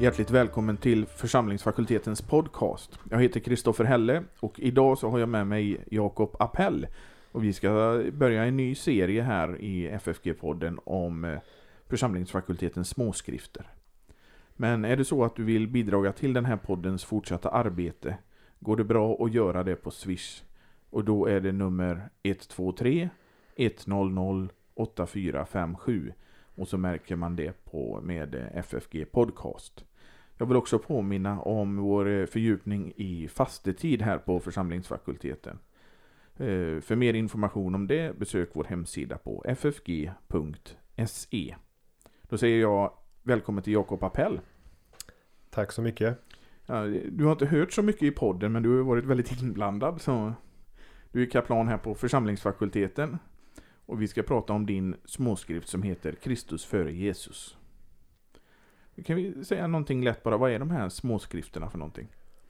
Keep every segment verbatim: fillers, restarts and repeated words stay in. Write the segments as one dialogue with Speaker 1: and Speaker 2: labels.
Speaker 1: Hjärtligt välkommen till församlingsfakultetens podcast. Jag heter Kristoffer Helle och idag så har jag med mig Jakob Appell. Och vi ska börja en ny serie här i F F G-podden om församlingsfakultetens småskrifter. Men är det så att du vill bidra till den här poddens fortsatta arbete går det bra att göra det på Swish. Och då är det nummer ett två tre ett noll noll åtta fyra fem sju. Och så märker man det på med F F G podcast. Jag vill också påminna om vår fördjupning i fastetid här på församlingsfakulteten. För mer information om det besök vår hemsida på f f g punkt se. Då säger jag välkommen till Jakob Appell.
Speaker 2: Tack så mycket.
Speaker 1: Ja, du har inte hört så mycket i podden men du har varit väldigt inblandad. Så du är kaplan här på församlingsfakulteten. Och vi ska prata om din småskrift som heter Kristus före Jesus. Kan vi säga någonting lätt bara? Vad är de här småskrifterna för någonting?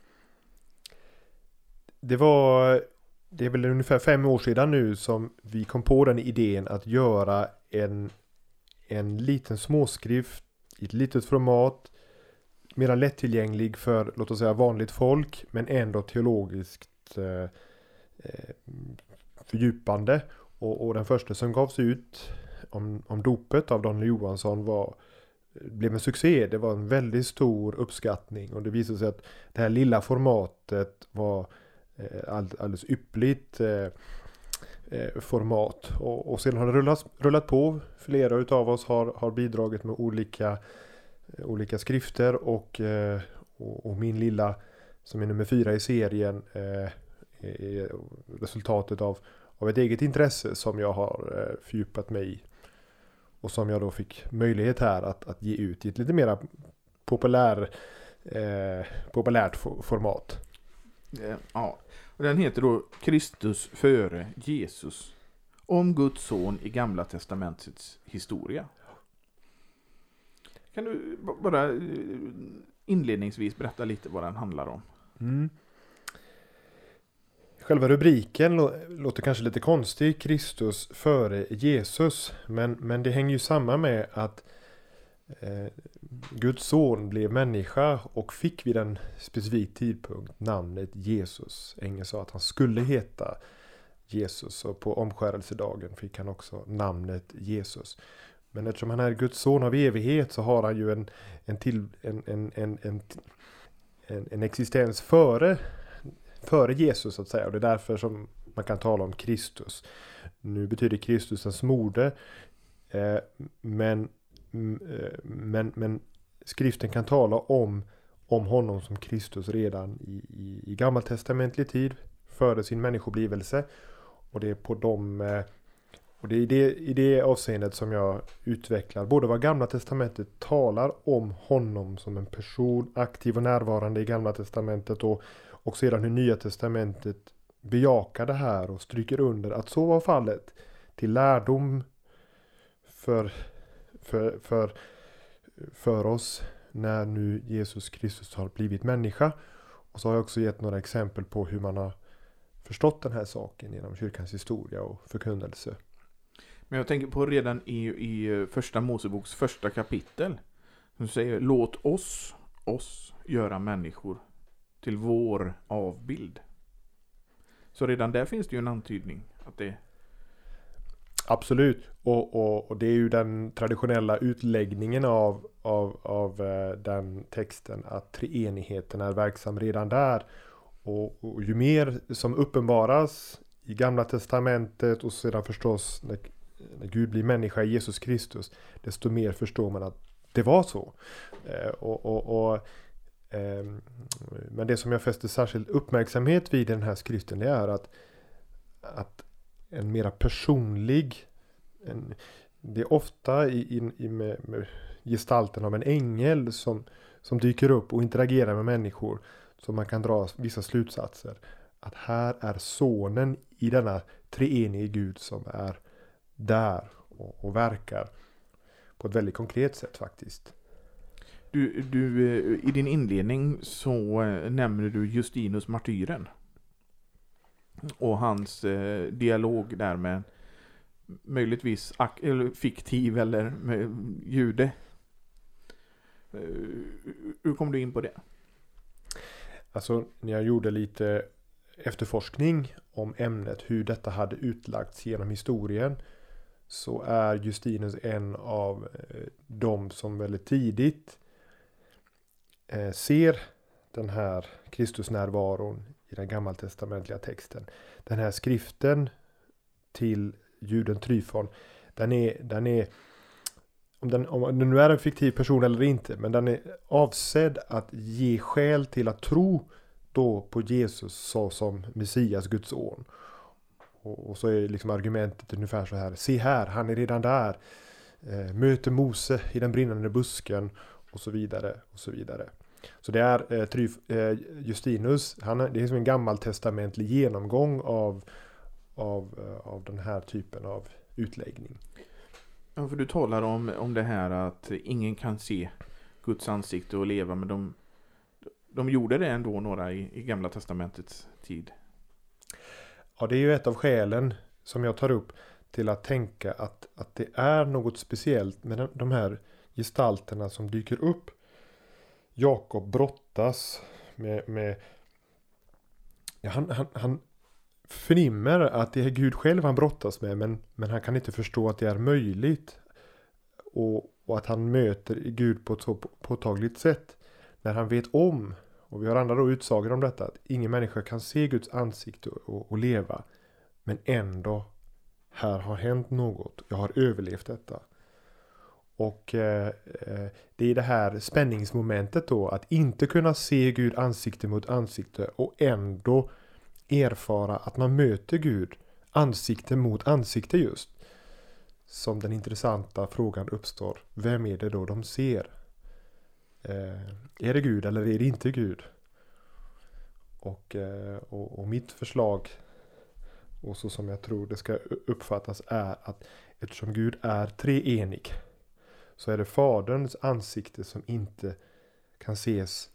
Speaker 2: Det var, det är väl ungefär fem år sedan nu som vi kom på den idén att göra en, en liten småskrift i ett litet format. Mer lättillgänglig för, låt oss säga, vanligt folk. Men ändå teologiskt eh, fördjupande. Och, och den första som gavs ut om, om dopet av Daniel Johansson var, blev en succé. Det var en väldigt stor uppskattning. Och det visade sig att det här lilla formatet var eh, all, alldeles yppligt eh, eh, format. Och, och sedan har det rullat, rullat på. Flera utav oss har, har bidragit med olika, eh, olika skrifter. Och, eh, och, och min lilla, som är nummer fyra i serien, eh, är resultatet av av ett eget intresse som jag har eh, fördjupat mig i. Och som jag då fick möjlighet här att, att ge ut i ett lite mer populär, eh, populärt format.
Speaker 1: Ja, och den heter då Kristus före Jesus. Om Guds son i Gamla testamentets historia. Kan du bara inledningsvis berätta lite vad den handlar om?
Speaker 2: Mm. Själva rubriken låter kanske lite konstig, Kristus före Jesus, men, men det hänger ju samman med att eh, Guds son blev människa och fick vid en specifik tidpunkt namnet Jesus. Ängeln sa att han skulle heta Jesus och på omskärelsedagen fick han också namnet Jesus. Men eftersom han är Guds son av evighet så har han ju en, en, till, en, en, en, en, en, en existens före Före Jesus så att säga, och det är därför som man kan tala om Kristus. Nu betyder Kristus hans moder, eh, men, eh, men, men skriften kan tala om, om honom som Kristus redan i, i, i gammaltestamentlig tid, före sin människoblivelse. Och det är på de, eh, och det är i det, i det avseendet som jag utvecklar både vad Gamla testamentet talar om honom som en person, aktiv och närvarande i Gamla testamentet, och Och sedan hur Nya testamentet bejakar det här och stryker under att så var fallet till lärdom för, för, för, för oss när nu Jesus Kristus har blivit människa. Och så har jag också gett några exempel på hur man har förstått den här saken genom kyrkans historia och förkunnelse.
Speaker 1: Men jag tänker på redan i, i första Moseboks första kapitel. Som säger, låt oss, oss göra människor till vår avbild. Så redan där finns det ju en antydning att det...
Speaker 2: Absolut. Och, och, och det är ju den traditionella utläggningen av, av, av uh, den texten att treenigheten är verksam redan där. Och, och ju mer som uppenbaras i Gamla testamentet och sedan förstås när, när Gud blir människa i Jesus Kristus, desto mer förstår man att det var så. Uh, och... och, och Men det som jag fäster särskild uppmärksamhet vid i den här skriften, det är att, att en mera personlig, en, det är ofta i, i, i med, med gestalten av en ängel som, som dyker upp och interagerar med människor, så man kan dra vissa slutsatser. Att här är sonen i denna treenige Gud som är där och, och verkar på ett väldigt konkret sätt faktiskt.
Speaker 1: Du, du, i din inledning så nämner du Justinus martyren och hans eh, dialog där med möjligtvis ak- eller fiktiv eller med jude. Hur kom du in på det?
Speaker 2: Alltså när jag gjorde lite efterforskning om ämnet, hur detta hade utlagts genom historien, så är Justinus en av de som väldigt tidigt eh, ser den här Kristusnärvaron i den gammaltestamentliga texten. Den här skriften till juden Tryfon, den är, den är om den, om den nu är en fiktiv person eller inte, men den är avsedd att ge skäl till att tro då på Jesus så som Messias, Guds son. Och, och så är liksom argumentet ungefär så här: se här, han är redan där. Eh, möter Mose i den brinnande busken och så vidare och så vidare. Så det är eh, Tryf, eh, Justinus, han, det är som en gammaltestamentlig genomgång av, av, eh, av den här typen av utläggning.
Speaker 1: Ja, för du talar om, om det här att ingen kan se Guds ansikte och leva, men de, de gjorde det ändå några i, i Gamla testamentets tid.
Speaker 2: Ja, det är ju ett av skälen som jag tar upp till att tänka att, att det är något speciellt med de, de här gestalterna som dyker upp. Jakob brottas med, med ja, han, han, han förnimmer att det är Gud själv han brottas med, men, men han kan inte förstå att det är möjligt, och, och att han möter Gud på ett så påtagligt sätt när han vet om, och vi har andra då utsagor om detta, att ingen människa kan se Guds ansikte och, och leva, men ändå här har hänt något, jag har överlevt detta. Och eh, det är det här spänningsmomentet då, att inte kunna se Gud ansikte mot ansikte och ändå erfara att man möter Gud ansikte mot ansikte, just som den intressanta frågan uppstår: vem är det då de ser? Eh, är det Gud eller är det inte Gud? Och, eh, och, och mitt förslag, och så som jag tror det ska uppfattas, är att eftersom Gud är treenig, så är det Faderns ansikte som inte kan ses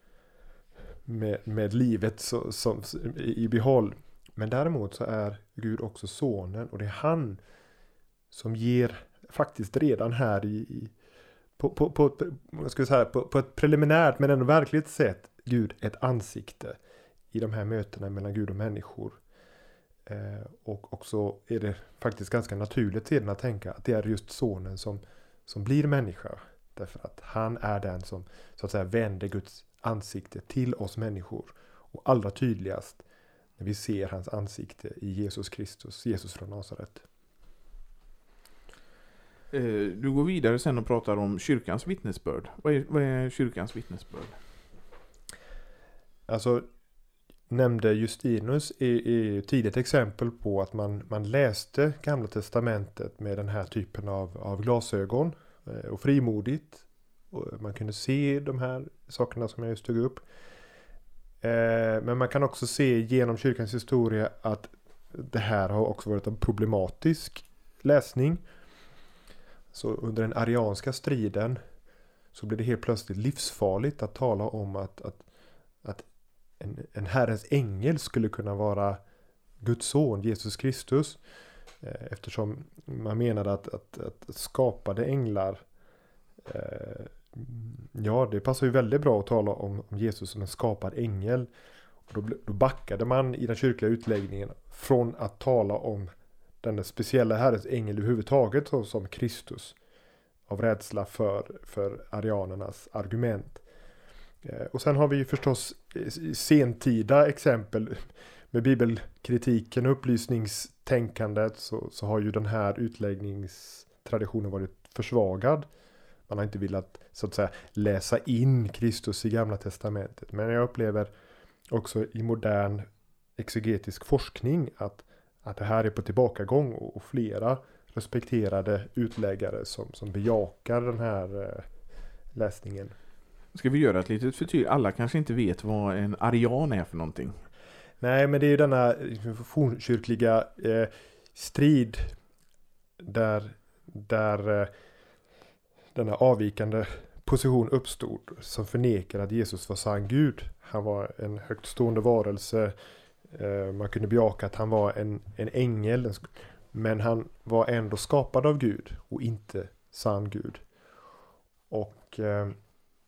Speaker 2: med, med livet så, som, i behåll. Men däremot så är Gud också sonen, och det är han som ger faktiskt redan här i, i på, på, på, jag ska säga, på, på ett preliminärt men ändå verkligt sätt Gud ett ansikte i de här mötena mellan Gud och människor. Eh, och också är det faktiskt ganska naturligt sedan att tänka att det är just sonen som som blir människa, därför att han är den som så att säga vänder Guds ansikte till oss människor, och allra tydligast när vi ser hans ansikte i Jesus Kristus, Jesus från Nasaret.
Speaker 1: Du går vidare sen och pratar om kyrkans vittnesbörd. Vad är, vad är kyrkans vittnesbörd?
Speaker 2: Alltså, nämnde Justinus är, är tidigt exempel på att man, man läste Gamla testamentet med den här typen av, av glasögon och frimodigt. Och man kunde se de här sakerna som jag just tog upp. Eh, men man kan också se genom kyrkans historia att det här har också varit en problematisk läsning. Så under den arianska striden så blev det helt plötsligt livsfarligt att tala om att, att, att en, en Herrens ängel skulle kunna vara Guds son, Jesus Kristus. Eh, eftersom man menade att, att, att skapade änglar, eh, ja, det passar ju väldigt bra att tala om, om Jesus som en skapad ängel. Och då, då backade man i den kyrkliga utläggningen från att tala om den speciella Herrens ängel överhuvudtaget så, som Kristus, av rädsla för, för arianernas argument. Eh, och sen har vi ju förstås sentida exempel med bibelkritiken och upplysningstänkandet, så, så har ju den här utläggningstraditionen varit försvagad. Man har inte velat så att säga läsa in Kristus i Gamla testamentet. Men jag upplever också i modern exegetisk forskning att, att det här är på tillbakagång, och, och flera respekterade utläggare som, som bejakar den här eh, läsningen.
Speaker 1: Ska vi göra ett litet förtydligande? Alla kanske inte vet vad en arian är för någonting.
Speaker 2: Nej, men det är ju denna fornkyrkliga eh, strid där, där eh, denna avvikande position uppstod, som förnekar att Jesus var sann Gud. Han var en högt stående varelse. Eh, man kunde bejaka att han var en, en ängel, men han var ändå skapad av Gud och inte sann Gud. Och eh,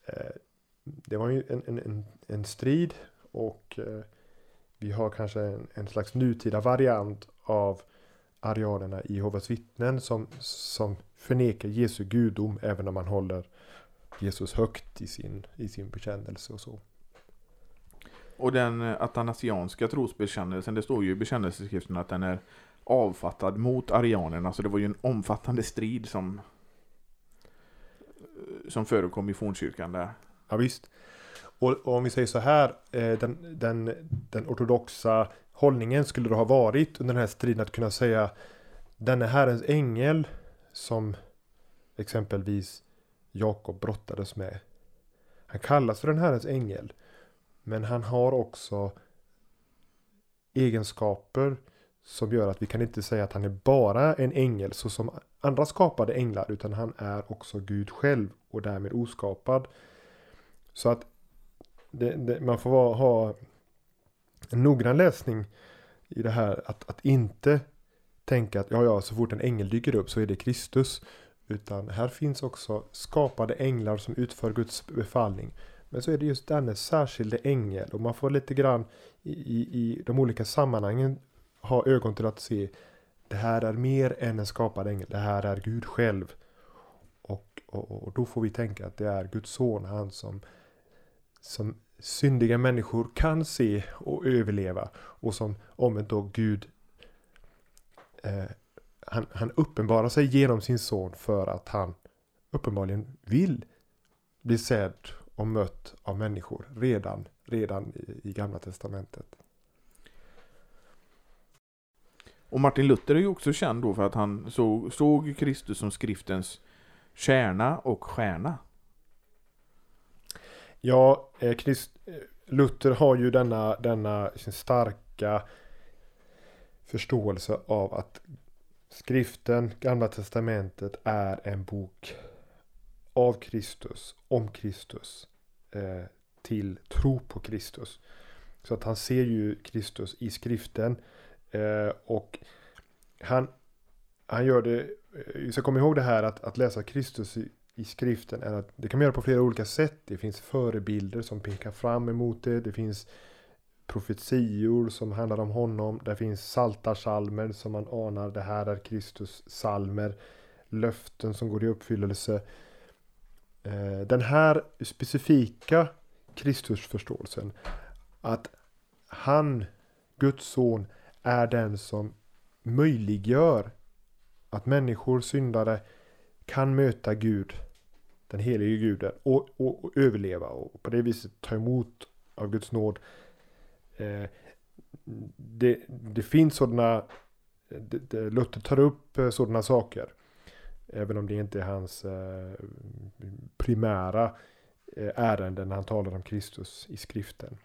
Speaker 2: eh, det var ju en, en, en, en strid, och eh, vi har kanske en, en slags nutida variant av arianerna i Jehovas vittnen som, som förnekar Jesu gudom även om man håller Jesus högt i sin, i sin bekännelse och så.
Speaker 1: Och den atanasianska trosbekännelsen, det står ju i bekännelseskriften att den är avfattad mot arianerna, så det var ju en omfattande strid som som förekom i fornkyrkan där.
Speaker 2: Ja visst. Och, och om vi säger så här, eh, den, den, den ortodoxa hållningen skulle då ha varit under den här striden att kunna säga den är Herrens ängel som exempelvis Jakob brottades med. Han kallas för den Herrens ängel, men han har också egenskaper som gör att vi kan inte säga att han är bara en ängel så som andra skapade änglar, utan han är också Gud själv och därmed oskapad. Så att det, det, man får vara, ha en noggrann läsning i det här, att, att inte tänka att ja, ja, så fort en ängel dyker upp så är det Kristus, utan här finns också skapade änglar som utför Guds befallning. Men så är det just denna särskilda ängel, och man får lite grann i, i, i de olika sammanhangen ha ögon till att se det här är mer än en skapad ängel, det här är Gud själv. Och, och, och då får vi tänka att det är Guds son, han som, som syndiga människor kan se och överleva, och som omvänt då Gud eh, han, han uppenbarar sig genom sin son för att han uppenbarligen vill bli sedd och mött av människor redan, redan i, i Gamla testamentet.
Speaker 1: Och Martin Luther är ju också känd då för att han såg, såg Kristus som skriftens kärna och stjärna.
Speaker 2: Ja, eh, Christ, Luther har ju denna, denna sin starka förståelse av att skriften, Gamla testamentet, är en bok av Kristus, om Kristus, eh, till tro på Kristus. Så att han ser ju Kristus i skriften, eh, och han, han gör det, vi ska komma ihåg det här att, att läsa Kristus i, i skriften, är att det kan man göra på flera olika sätt. Det finns förebilder som pekar fram emot det, det finns profetior som handlar om honom, det finns saltarsalmer som man anar, det här är Kristus salmer, löften som går i uppfyllelse. Den här specifika Kristusförståelsen, att han, Guds son, är den som möjliggör att människor, syndare, kan möta Gud, den helige Guden, och, och, och överleva och på det viset ta emot av Guds nåd. Eh, det, det finns sådana, det, det, Luther tar upp sådana saker, även om det inte är hans eh, primära eh, ärenden när han talar om Kristus i skriften.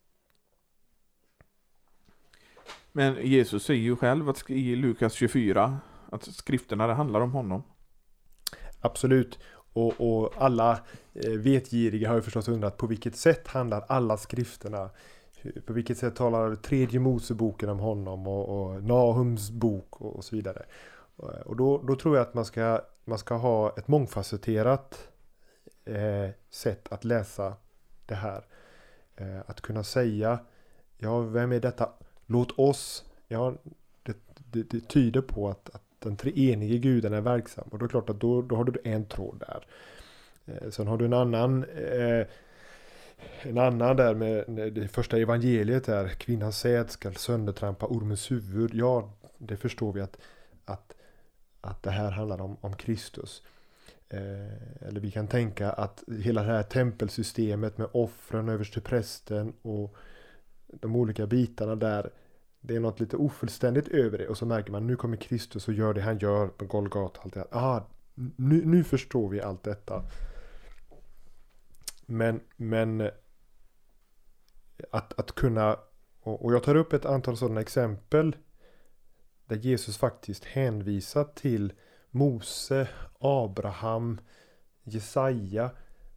Speaker 1: Men Jesus säger ju själv att i Lukas tjugofyra att skrifterna det handlar om honom.
Speaker 2: Absolut. Och, och alla eh, vetgiriga har ju förstås undrat på vilket sätt handlar alla skrifterna. På vilket sätt talar tredje Moseboken om honom och, och Nahums bok och, och så vidare. Och då, då tror jag att man ska, man ska ha ett mångfacetterat eh, sätt att läsa det här. Eh, att kunna säga, ja, vem är detta? Låt oss, ja, det, det, det tyder på att, att den treenige guden är verksam. Och då är det klart att då, då har du en tråd där. Eh, sen har du en annan, eh, en annan där med det första evangeliet där, kvinnans säd ska söndertrampa ormens huvud. Ja, det förstår vi att, att, att det här handlar om, om Kristus. Eh, eller vi kan tänka att hela det här tempelsystemet med offren överst prästen och de olika bitarna där, det är något lite ofullständigt över det, och så märker man nu kommer Kristus och gör det han gör på Golgata, allt det här. Ah, nu, nu förstår vi allt detta. Men, men att, att kunna, och, och jag tar upp ett antal sådana exempel där Jesus faktiskt hänvisar till Mose, Abraham, Jesaja,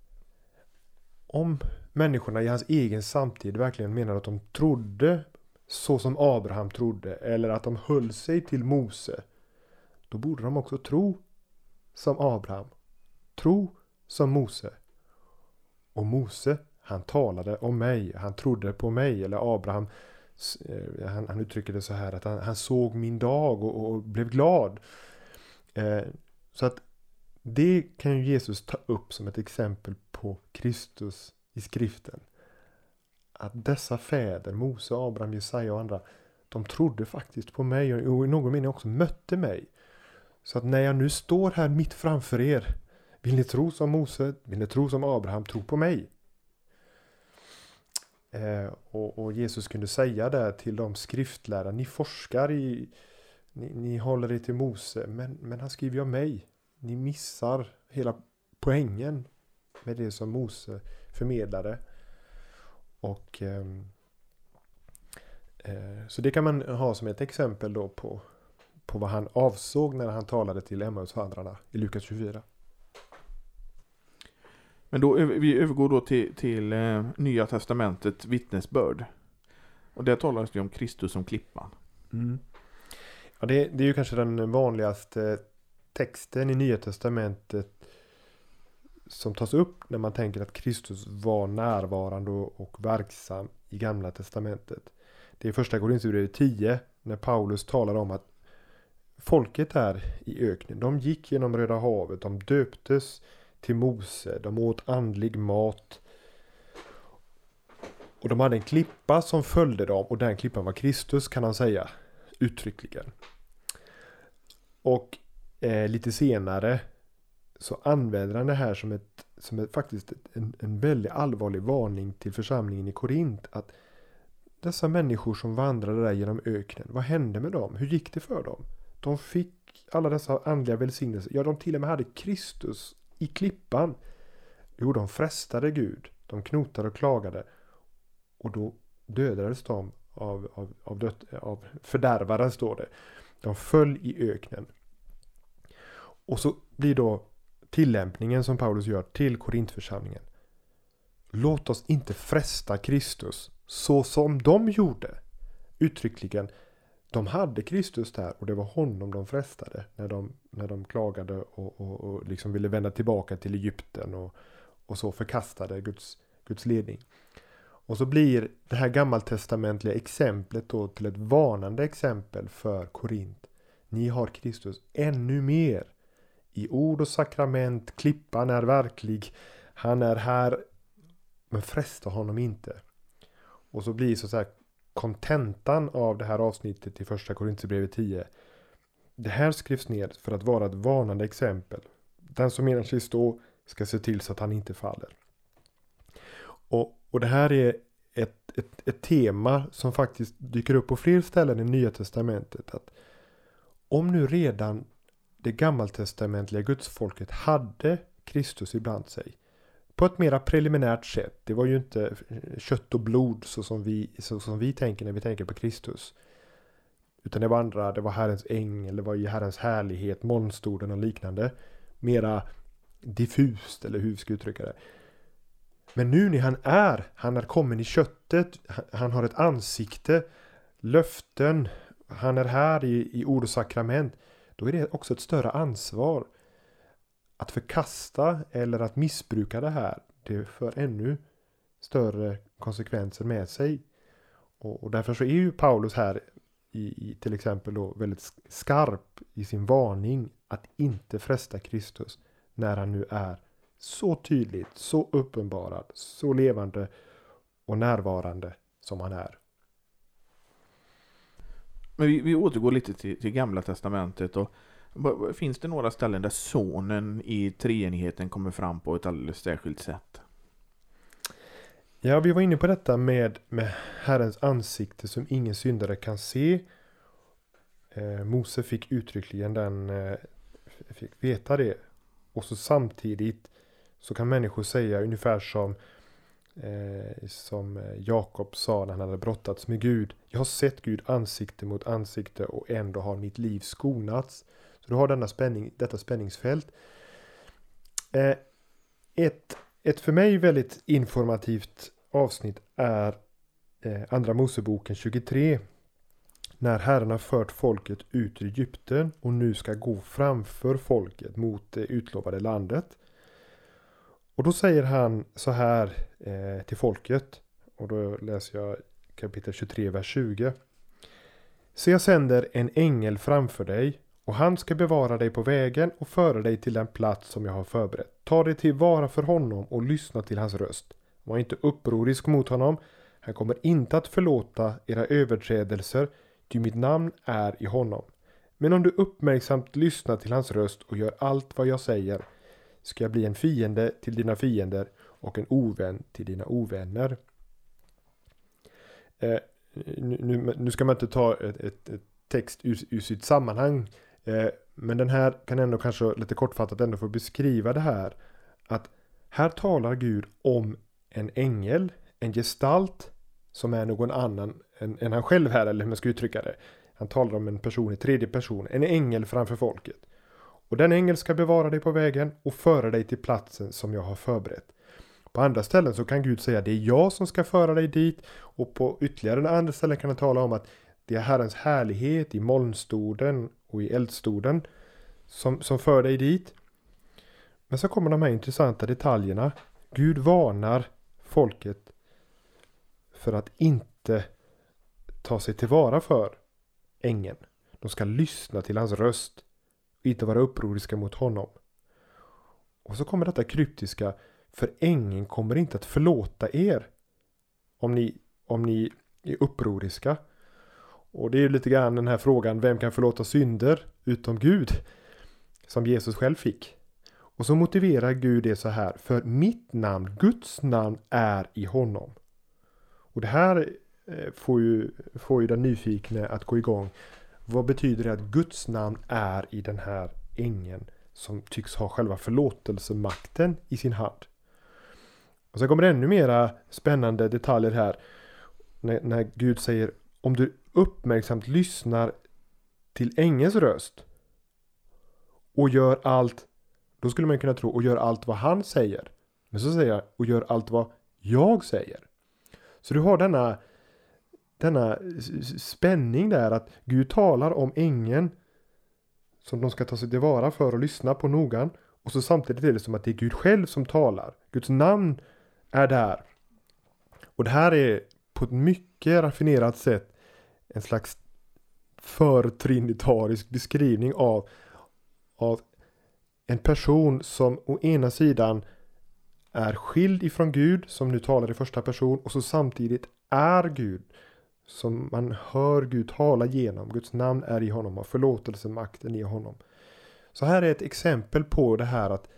Speaker 2: om människorna i hans egen samtid verkligen menar att de trodde så som Abraham trodde, eller att de höll sig till Mose, då borde de också tro som Abraham, tro som Mose. Och Mose, han talade om mig, han trodde på mig. Eller Abraham, han, han uttrycker det så här att han, han såg min dag och, och blev glad. Eh, så att det kan ju Jesus ta upp som ett exempel på Kristus i skriften. Att dessa fäder, Mose, Abraham, Jesaja och andra, de trodde faktiskt på mig och i någon mening också mötte mig. Så att när jag nu står här mitt framför er, vill ni tro som Mose, vill ni tro som Abraham, tro på mig. Eh, och, och Jesus kunde säga det till de skriftlärda, ni forskar i, ni, ni håller er till Mose, men, men han skriver ju om mig. Ni missar hela poängen med det som Mose förmedlade. Och eh, eh, så det kan man ha som ett exempel då på, på vad han avsåg när han talade till Emmausvandrarna i Lukas tjugofyra.
Speaker 1: Men då, vi övergår då till, till eh, Nya testamentet vittnesbörd. Och där talas det om Kristus som klippan.
Speaker 2: Mm. Ja, det, det är ju kanske den vanligaste texten i Nya testamentet som tas upp när man tänker att Kristus var närvarande och, och verksam i Gamla testamentet. Det är första Korinthierbrevet tio när Paulus talar om att folket där i öknen, de gick genom Röda havet, de döptes till Mose, de åt andlig mat och de hade en klippa som följde dem och den klippan var Kristus, kan han säga uttryckligen. Och eh, lite senare så använder han det här som ett som ett, faktiskt en, en väldigt allvarlig varning till församlingen i Korint, att dessa människor som vandrade där genom öknen, vad hände med dem? Hur gick det för dem? De fick alla dessa andliga välsignelser. Ja, de till och med hade Kristus i klippan. Jo, de frestade Gud. De knotade och klagade. Och då dödades de av, av, av, dött, av fördärvaren, står det. De föll i öknen. Och så blir då tillämpningen som Paulus gör till Korintförsamlingen. Låt oss inte fresta Kristus så som de gjorde. Uttryckligen, de hade Kristus där och det var honom de frestade när de, när de klagade och, och, och liksom ville vända tillbaka till Egypten och, och så förkastade Guds, Guds ledning. Och så blir det här gammaltestamentliga exemplet då till ett varnande exempel för Korint. Ni har Kristus ännu mer. I ord och sakrament, klippan är verklig. Han är här, men fresta honom inte. Och så blir så, så här kontentan av det här avsnittet i första Korinthierbrevet tio. Det här skrivs ner för att vara ett varnande exempel. Den som menar sig stå ska se till så att han inte faller. Och, och det här är ett, ett, ett tema som faktiskt dyker upp på fler ställen i Nya testamentet. Att om nu redan det gammaltestamentliga gudsfolket hade Kristus ibland sig. På ett mera preliminärt sätt. Det var ju inte kött och blod så som vi, så som vi tänker när vi tänker på Kristus. Utan det var andra, det var Herrens ängel, det var ju Herrens härlighet, molnstoden och liknande. Mera diffust, eller hur vi ska uttrycka det. Men nu när han är, han är kommen i köttet, han har ett ansikte, löften, han är här i, i ord och sakrament. Då är det också ett större ansvar. Att förkasta eller att missbruka det här, det för ännu större konsekvenser med sig. Och, och därför så är ju Paulus här i, i till exempel då väldigt skarp i sin varning att inte fresta Kristus när han nu är så tydligt, så uppenbarad, så levande och närvarande som han är.
Speaker 1: Men vi, vi återgår lite till, till Gamla testamentet. Och finns det några ställen där sonen i treenigheten kommer fram på ett alldeles särskilt sätt?
Speaker 2: Ja, vi var inne på detta med, med Herrens ansikte som ingen syndare kan se. Eh, Mose fick uttryckligen den, eh, fick veta det. Och så samtidigt så kan människor säga ungefär som Eh, som Jakob sa när han hade brottats med Gud. Jag har sett Gud ansikte mot ansikte och ändå har mitt liv skonats. Så du har denna spänning, detta spänningsfält. Eh, ett, ett för mig väldigt informativt avsnitt är eh, Andra Moseboken tjugotre. När Herren har fört folket ut ur Egypten och nu ska gå framför folket mot det utlovade landet. Och då säger han så här eh, till folket. Och då läser jag kapitel tjugotre, vers tjugo. Se, jag sänder en ängel framför dig, och han ska bevara dig på vägen och föra dig till den plats som jag har förberett. Ta dig tillvara för honom och lyssna till hans röst. Var inte upprorisk mot honom. Han kommer inte att förlåta era överträdelser, ty mitt namn är i honom. Men om du uppmärksamt lyssnar till hans röst och gör allt vad jag säger, ska jag bli en fiende till dina fiender och en ovän till dina ovänner. Eh, nu, nu ska man inte ta ett, ett, ett text ur, ur sitt sammanhang. Eh, men den här kan ändå kanske lite kortfattat ändå få beskriva det här. Att här talar Gud om en ängel, en gestalt som är någon annan än, än han själv här, eller hur man ska uttrycka det. Han talar om en person i tredje person, en ängel framför folket. Och den ängel ska bevara dig på vägen och föra dig till platsen som jag har förberett. På andra ställen så kan Gud säga det är jag som ska föra dig dit. Och på ytterligare andra ställen kan han tala om att det är Herrens härlighet i molnstoden och i eldstoden som, som för dig dit. Men så kommer de här intressanta detaljerna. Gud varnar folket för att inte ta sig tillvara för ängeln. De ska lyssna till hans röst och inte vara upproriska mot honom. Och så kommer detta kryptiska: för ängeln kommer inte att förlåta er om ni, om ni är upproriska. Och det är ju lite grann den här frågan, vem kan förlåta synder utom Gud? Som Jesus själv fick. Och så motiverar Gud det så här: för mitt namn, Guds namn, är i honom. Och det här får ju, får ju den nyfikna att gå igång. Vad betyder det att Guds namn är i den här ängeln som tycks ha själva förlåtelsemakten i sin hand? Och så kommer det ännu mera spännande detaljer här. När, när Gud säger, om du uppmärksamt lyssnar till ängelns röst och gör allt, då skulle man kunna tro, och gör allt vad han säger. Men så säger jag, och gör allt vad jag säger. Så du har denna, denna spänning där, att Gud talar om ängeln som de ska ta sig tillvara för och lyssna på nogan. Och så samtidigt är det som att det är Gud själv som talar. Guds namn är där. Och det här är på ett mycket raffinerat sätt en slags förtrinitarisk beskrivning av, av en person som å ena sidan är skild ifrån Gud, som nu talar i första person, och så samtidigt är Gud, som man hör Gud tala genom. Guds namn är i honom och förlåtelsemakten i honom. Så här är ett exempel på det här att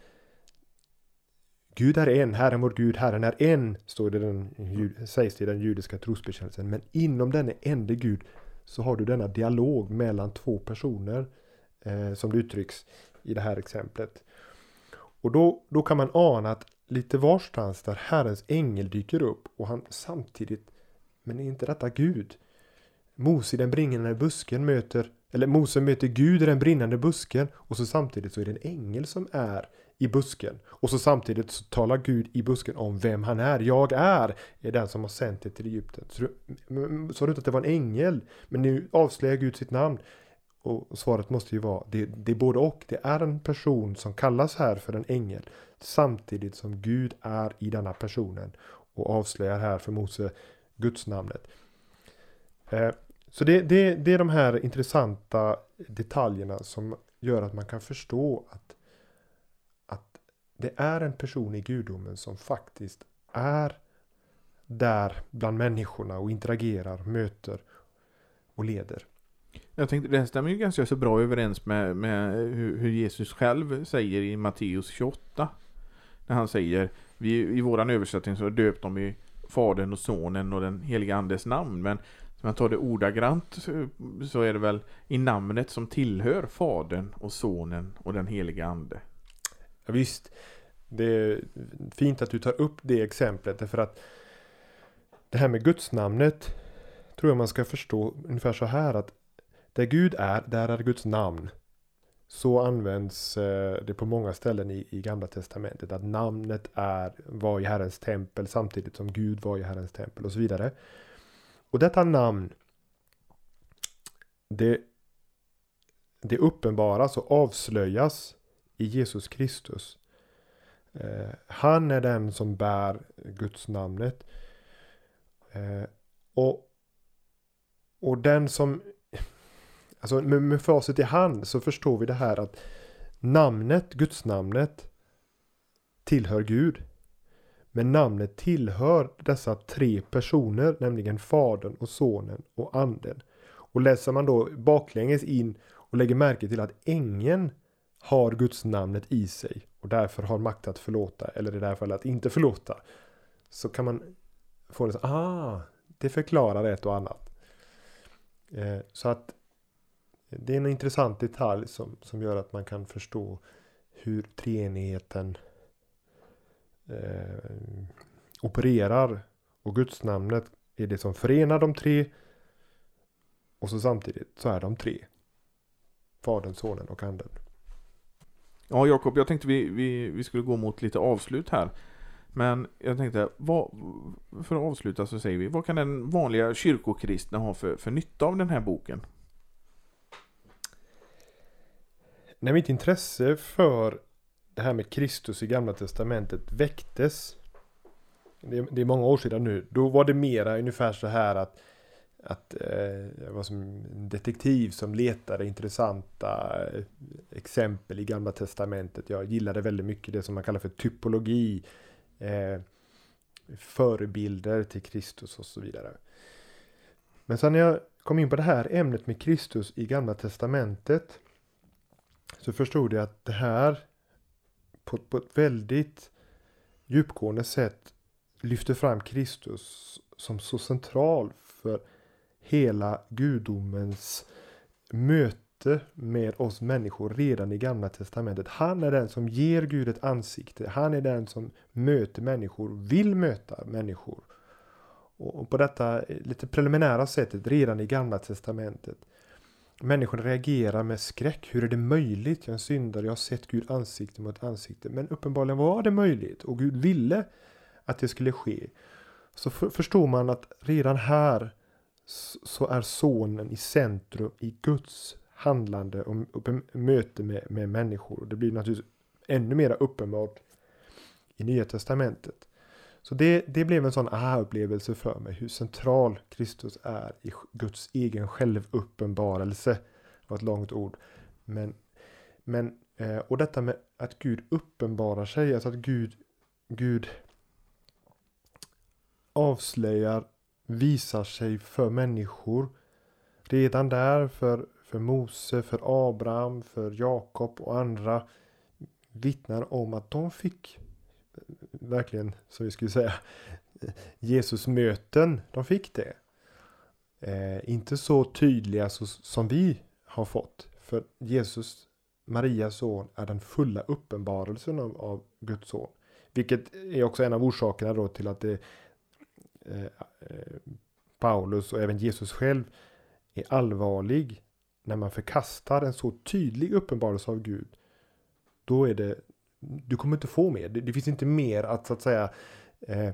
Speaker 2: Gud är en, Herren vår Gud, Herren är en, står det den, sägs det i den judiska trosbekännelsen. Men inom denna enda Gud så har du denna dialog mellan två personer eh, som det uttrycks i det här exemplet. Och då, då kan man ana att lite varstans där Herrens ängel dyker upp och han samtidigt, men är inte detta Gud? Mose i den brinnande busken möter, eller Mose möter Gud i den brinnande busken, och så samtidigt så är det en ängel som är i busken. Och så samtidigt så talar Gud i busken om vem han är. Jag är, är den som har sänt det till Egypten. Så du sa du inte att det var en ängel, men nu avslöjar Gud sitt namn. Och svaret måste ju vara, det, det är både och. Det är en person som kallas här för en ängel, samtidigt som Gud är i denna personen och avslöjar här för Mose Guds namnet. Eh, så det, det, det är de här intressanta detaljerna som gör att man kan förstå att, att det är en person i gudomen som faktiskt är där bland människorna och interagerar, möter och leder.
Speaker 1: Jag tänkte, det här stämmer ju ganska så bra överens med, med hur, hur Jesus själv säger i Matteus tjugoåtta. När han säger, vi, i våran översättning så döpt de i Fadern och Sonen och den heliga Andes namn. Men om man tar det ordagrant så är det väl i namnet som tillhör Fadern och Sonen och den heliga Ande.
Speaker 2: Ja, visst, det är fint att du tar upp det exemplet, därför att det här med Guds namnet tror jag man ska förstå ungefär så här, att där Gud är, där är Guds namn. Så används eh, det på många ställen i, i Gamla testamentet, att namnet är, var i Herrens tempel samtidigt som Gud var i Herrens tempel och så vidare. Och detta namn, det, det uppenbaras och avslöjas i Jesus Kristus. Eh, han är den som bär Guds namnet. Eh, och, och den som, alltså med, med facit i hand så förstår vi det här att namnet, Guds namnet tillhör Gud. Men namnet tillhör dessa tre personer, nämligen Fadern och Sonen och Anden. Och läser man då baklänges in och lägger märke till att ängeln har Guds namnet i sig och därför har makt att förlåta, eller i det här fallet att inte förlåta, så kan man få det så, ah, det förklarar ett och annat. Eh, så att det är en intressant detalj som, som gör att man kan förstå hur treenigheten eh, opererar, och Guds namnet är det som förenar de tre, och så samtidigt så är de tre: Fadern, Sonen och Anden.
Speaker 1: Ja, Jakob, jag tänkte vi, vi, vi skulle gå mot lite avslut här. Men jag tänkte, vad, för att avsluta så säger vi, vad kan den vanliga kyrkokristna ha för, för nytta av den här boken?
Speaker 2: När mitt intresse för det här med Kristus i Gamla testamentet väcktes, det är, det är många år sedan nu, då var det mera ungefär så här att att eh, jag var som en detektiv som letade intressanta eh, exempel i Gamla testamentet. Jag gillade väldigt mycket det som man kallar för typologi, eh, förebilder till Kristus och så vidare. Men sen när jag kom in på det här ämnet med Kristus i Gamla testamentet, så förstod jag att det här på, på ett väldigt djupgående sätt lyfter fram Kristus som så central för hela gudomens möte med oss människor redan i Gamla testamentet. Han är den som ger Gud ett ansikte. Han är den som möter människor, vill möta människor. Och på detta lite preliminära sättet redan i Gamla testamentet. Människor reagerar med skräck. Hur är det möjligt? Jag är en syndare, jag har sett Gud ansikte mot ansikte. Men uppenbarligen var det möjligt, och Gud ville att det skulle ske. Så för, förstår man att redan här så är sonen i centrum i Guds handlande och, och möte med, med människor. Det blir naturligtvis ännu mer uppenbart i Nya testamentet. Så det, det blev en sån aha-upplevelse för mig, hur central Kristus är i Guds egen självuppenbarelse. Det var ett långt ord. Men, men, och detta med att Gud uppenbarar sig, alltså att Gud, Gud avslöjar, visar sig för människor. Redan där för, för Mose, för Abraham, för Jakob och andra vittnar om att de fick verkligen, så vi skulle säga, Jesus möten. De fick det. Eh, inte så tydliga så, som vi har fått. För Jesus, Marias son, är den fulla uppenbarelsen av, av Guds son. Vilket är också en av orsakerna då till att det Eh, Paulus och även Jesus själv är allvarlig när man förkastar en så tydlig uppenbarelse av Gud. Då är det, du kommer inte få mer. Det, det finns inte mer att så att säga eh,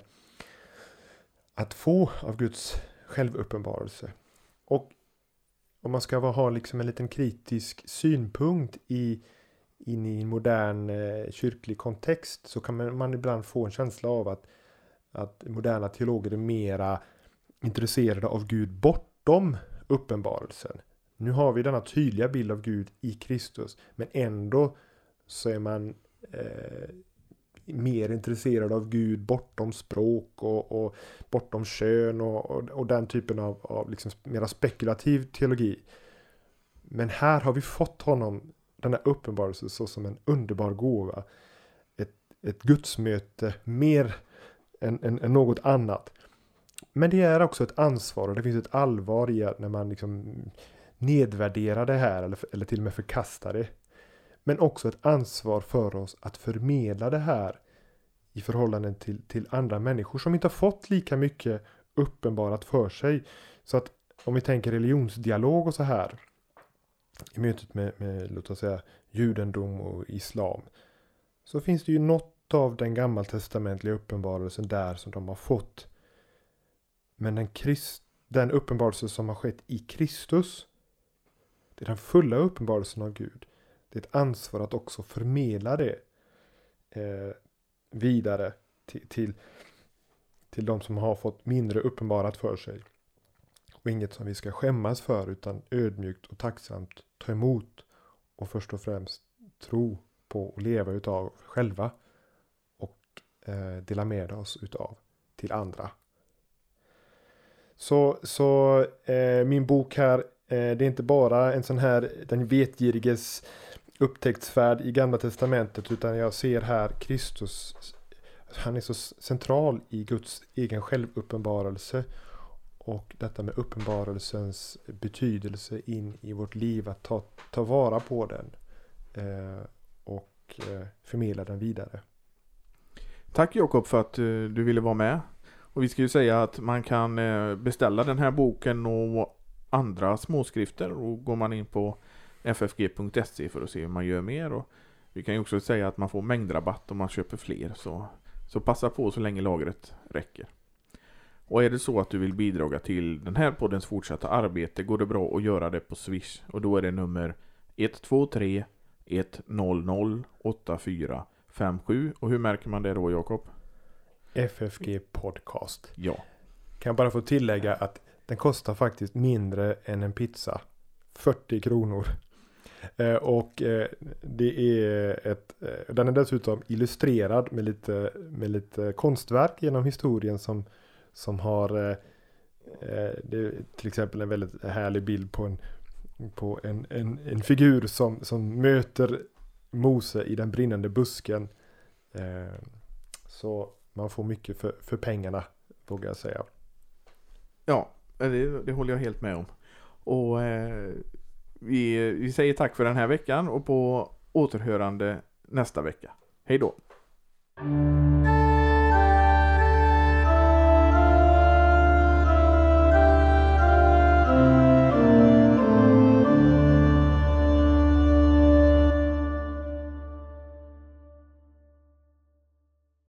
Speaker 2: att få av Guds självuppenbarelse. Och om man ska ha liksom en liten kritisk synpunkt i in i en modern eh, kyrklig kontext, så kan man, man ibland få en känsla av att att moderna teologer är mera intresserade av Gud bortom uppenbarelsen. Nu har vi denna tydliga bild av Gud i Kristus, men ändå så är man eh, mer intresserad av Gud bortom språk och, och bortom kön och, och, och den typen av, av liksom mera spekulativ teologi. Men här har vi fått honom, den här uppenbarelsen, så som en underbar gåva. Ett, ett gudsmöte mer Än, än, än något annat. Men det är också ett ansvar, och det finns ett allvar i att när man liksom nedvärderar det här eller, eller till och med förkastar det. Men också ett ansvar för oss att förmedla det här i förhållande till, till andra människor som inte har fått lika mycket uppenbarat för sig. Så att om vi tänker religionsdialog och så här i mötet med, med låt oss säga judendom och islam, så finns det ju något av den gammaltestamentliga uppenbarelsen där som de har fått. Men den, Christ, den uppenbarelse som har skett i Kristus, det är den fulla uppenbarelsen av Gud. Det är ett ansvar att också förmedla det. Eh, vidare till, till, till de som har fått mindre uppenbarat för sig. Och inget som vi ska skämmas för, utan ödmjukt och tacksamt ta emot och först och främst tro på och leva utav själva och eh, dela med oss utav till andra. Så, så eh, min bok här, eh, det är inte bara en sån här den vetgiriges upptäcktsfärd i Gamla testamentet, utan jag ser här Kristus, han är så central i Guds egen självuppenbarelse och detta med uppenbarelsens betydelse in i vårt liv, att ta, ta vara på den eh, och eh, förmedla den vidare.
Speaker 1: Tack Jakob för att uh, du ville vara med. Och vi ska ju säga att man kan uh, beställa den här boken och andra småskrifter, och går man in på f f g punkt se för att se hur man gör mer. Och vi kan ju också säga att man får mängdrabatt om man köper fler, så, så passa på så länge lagret räcker. Och är det så att du vill bidra till den här poddens fortsatta arbete, går det bra att göra det på Swish, och då är det nummer ett två tre ett noll noll åtta fyra fem sju. Och hur märker man det då, Jakob?
Speaker 2: F F G Podcast.
Speaker 1: Ja.
Speaker 2: Kan jag bara få tillägga att den kostar faktiskt mindre än en pizza. fyrtio kronor. Eh, och eh, det är ett, eh, den är dessutom illustrerad med lite, med lite konstverk genom historien som, som har eh, det är till exempel en väldigt härlig bild på en, på en, en, en figur som, som möter Mose i den brinnande busken. Eh, så man får mycket för, för pengarna, vågar jag säga.
Speaker 1: Ja, det, det håller jag helt med om. Och eh, vi, vi säger tack för den här veckan och på återhörande nästa vecka. Hej då!